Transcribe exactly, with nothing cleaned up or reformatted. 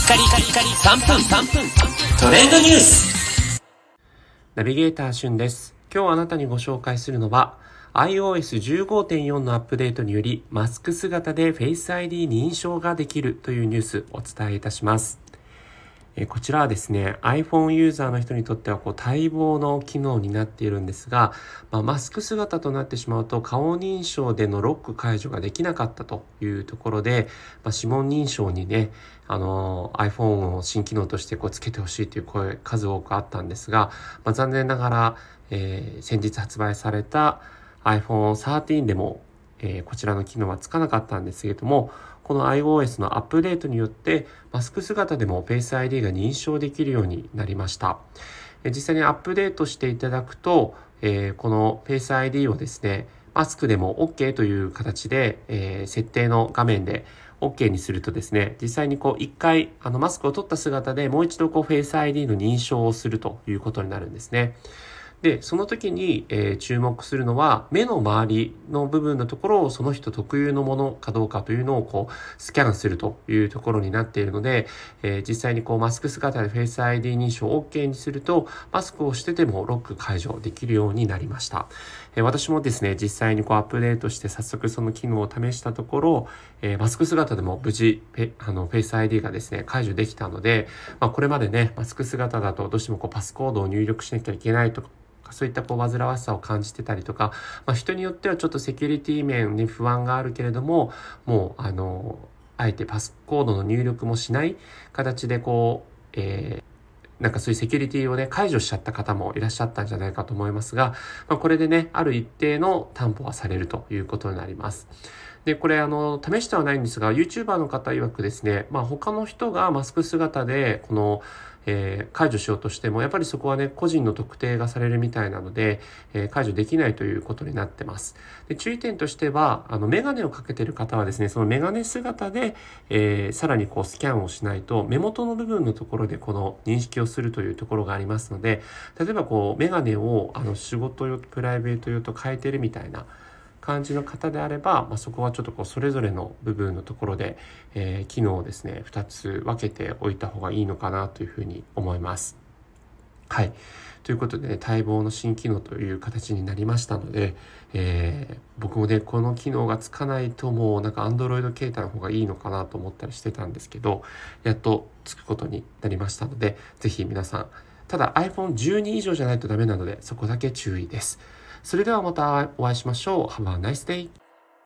カリカリカリさんぷんさんぷんトレンドニュース。 ナビゲーターしゅんです。今日あなたにご紹介するのは アイオーエスじゅうごてんよん のアップデートによりマスク姿で Face アイディー 認証ができるというニュースをお伝えいたします。えこちらはですね iPhone ユーザーの人にとってはこう待望の機能になっているんですが、まあ、マスク姿となってしまうと顔認証でのロック解除ができなかったというところで、まあ、指紋認証にねあの iPhone を新機能としてこうつけてほしいという声数多くあったんですが、まあ、残念ながら、えー、先日発売された アイフォンサーティーン でも、えー、こちらの機能はつかなかったんですけれども、この iOS のアップデートによってマスク姿でも Face アイディー が認証できるようになりました。実際にアップデートしていただくと、えー、この Face アイディー をですねマスクでも OK という形で、えー、設定の画面で OK にするとですね、実際にこう一回あのマスクを取った姿でもう一度こう Face アイディー の認証をするということになるんですね。で、その時に、えー、注目するのは目の周りの部分のところをその人特有のものかどうかというのをこうスキャンするというところになっているので、えー、実際にこうマスク姿で Face アイディー 認証を OK にするとマスクをしててもロック解除できるようになりました。えー、私もですね実際にこうアップデートして早速その機能を試したところ、えー、マスク姿でも無事あの Face アイディー がですね解除できたので、まあ、これまでねマスク姿だとどうしてもこうパスコードを入力しなきゃいけないとかそういったこう煩わしさを感じてたりとか、まあ、人によってはちょっとセキュリティ面に不安があるけれども、もうあのあえてパスコードの入力もしない形でこう、えー、なんかそういうセキュリティをね解除しちゃった方もいらっしゃったんじゃないかと思いますが、まあ、これでねある一定の担保はされるということになります。で、これあの試してはないんですが YouTuber の方曰くですね、まあ他の人がマスク姿でこのえー、解除しようとしてもやっぱりそこはね個人の特定がされるみたいなので、えー、解除できないということになってます。で、注意点としてはあのメガネをかけている方はですねそのメガネ姿で、えー、さらにこうスキャンをしないと目元の部分のところでこの認識をするというところがありますので、例えばこうメガネをあの仕事用とプライベート用と変えてるみたいな感じの方であれば、まあ、そこはちょっとこうそれぞれの部分のところで、えー、機能をですねふたつ分けておいた方がいいのかなというふうに思います。はい。ということで、ね、待望の新機能という形になりましたので、えー、僕もねこの機能がつかないともうなんか Android 携帯の方がいいのかなと思ったりしてたんですけど、やっとつくことになりましたので、ぜひ皆さん、ただ アイフォンじゅうに 以上じゃないとダメなのでそこだけ注意です。それではまたお会いしましょう。Have a nice day!